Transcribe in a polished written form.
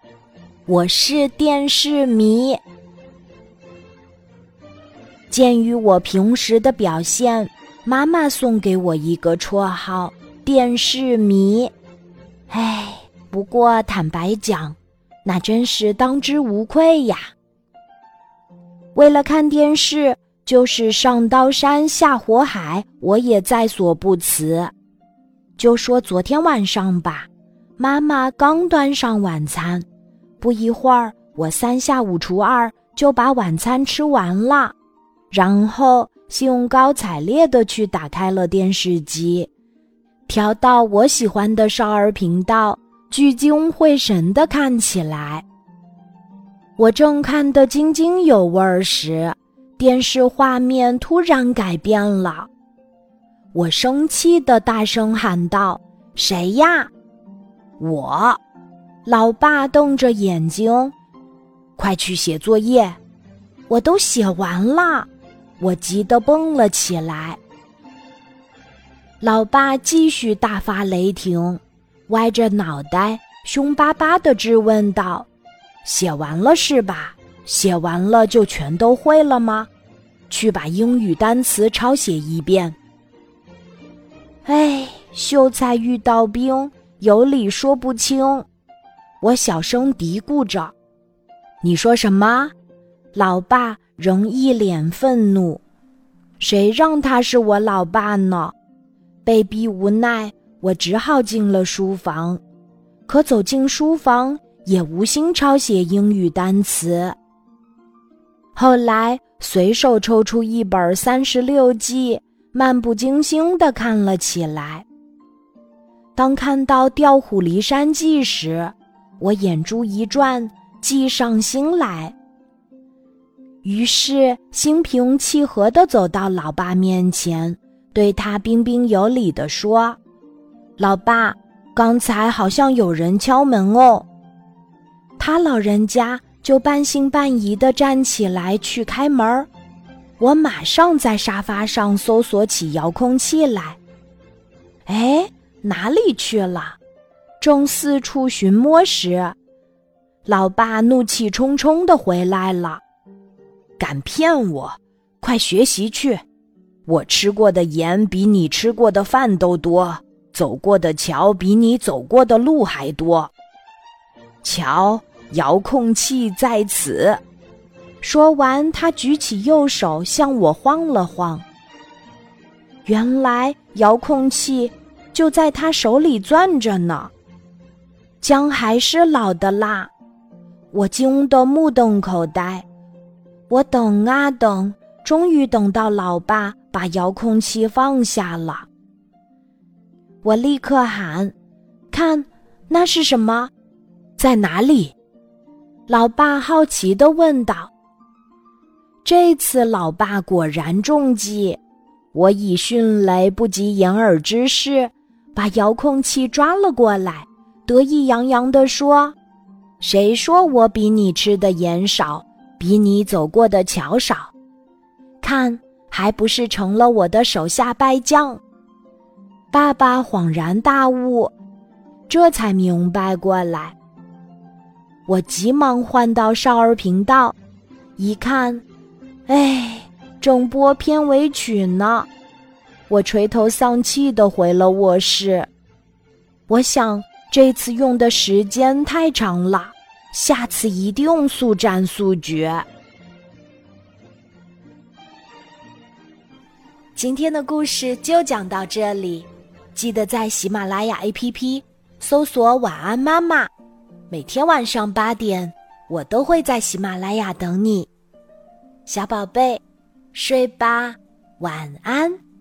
我是电视迷。鉴于我平时的表现，妈妈送给我一个绰号电视迷。不过坦白讲，那真是当之无愧呀。为了看电视，就是上刀山下火海，我也在所不辞。就说昨天晚上吧，妈妈刚端上晚餐，不一会儿我3下5除2就把晚餐吃完了，然后兴高采烈地去打开了电视机，调到我喜欢的少儿频道，聚精会神地看起来。我正看得津津有味时，电视画面突然改变了。我生气地大声喊道：“谁呀？”我。老爸瞪着眼睛：“快去写作业。”我都写完了，我急得蹦了起来。老爸继续大发雷霆，歪着脑袋，凶巴巴地质问道：“写完了是吧？写完了就全都会了吗？去把英语单词抄写一遍。”秀才遇到兵，有理说不清。我小声嘀咕着：“你说什么？”老爸仍一脸愤怒。谁让他是我老爸呢？被逼无奈，我只好进了书房。可走进书房，也无心抄写英语单词。后来随手抽出一本36计，漫不经心地看了起来。当看到调虎离山计时，我眼珠一转，计上心来。于是心平气和地走到老爸面前，对他彬彬有礼地说：“老爸，刚才好像有人敲门哦。”他老人家就半信半疑地站起来去开门。我马上在沙发上搜索起遥控器来。哪里去了？正四处寻摸时，老爸怒气冲冲地回来了。敢骗我，快学习去！我吃过的盐比你吃过的饭都多，走过的桥比你走过的路还多。瞧，遥控器在此。说完，他举起右手向我晃了晃。原来遥控器就在他手里攥着呢。姜还是老的辣，我惊得目瞪口呆。我等啊等，终于等到老爸把遥控器放下了。我立刻喊：“看，那是什么？在哪里？”老爸好奇地问道。这次老爸果然中计，我以迅雷不及掩耳之势把遥控器抓了过来，得意洋洋地说：“谁说我比你吃的盐少，比你走过的桥少？看，还不是成了我的手下败将。”爸爸恍然大悟，这才明白过来。我急忙换到少儿频道，一看，正播片尾曲呢。我垂头丧气地回了卧室。我想这次用的时间太长了，下次一定速战速决。今天的故事就讲到这里，记得在喜马拉雅 APP 搜索晚安妈妈，每天晚上8点，我都会在喜马拉雅等你。小宝贝，睡吧，晚安。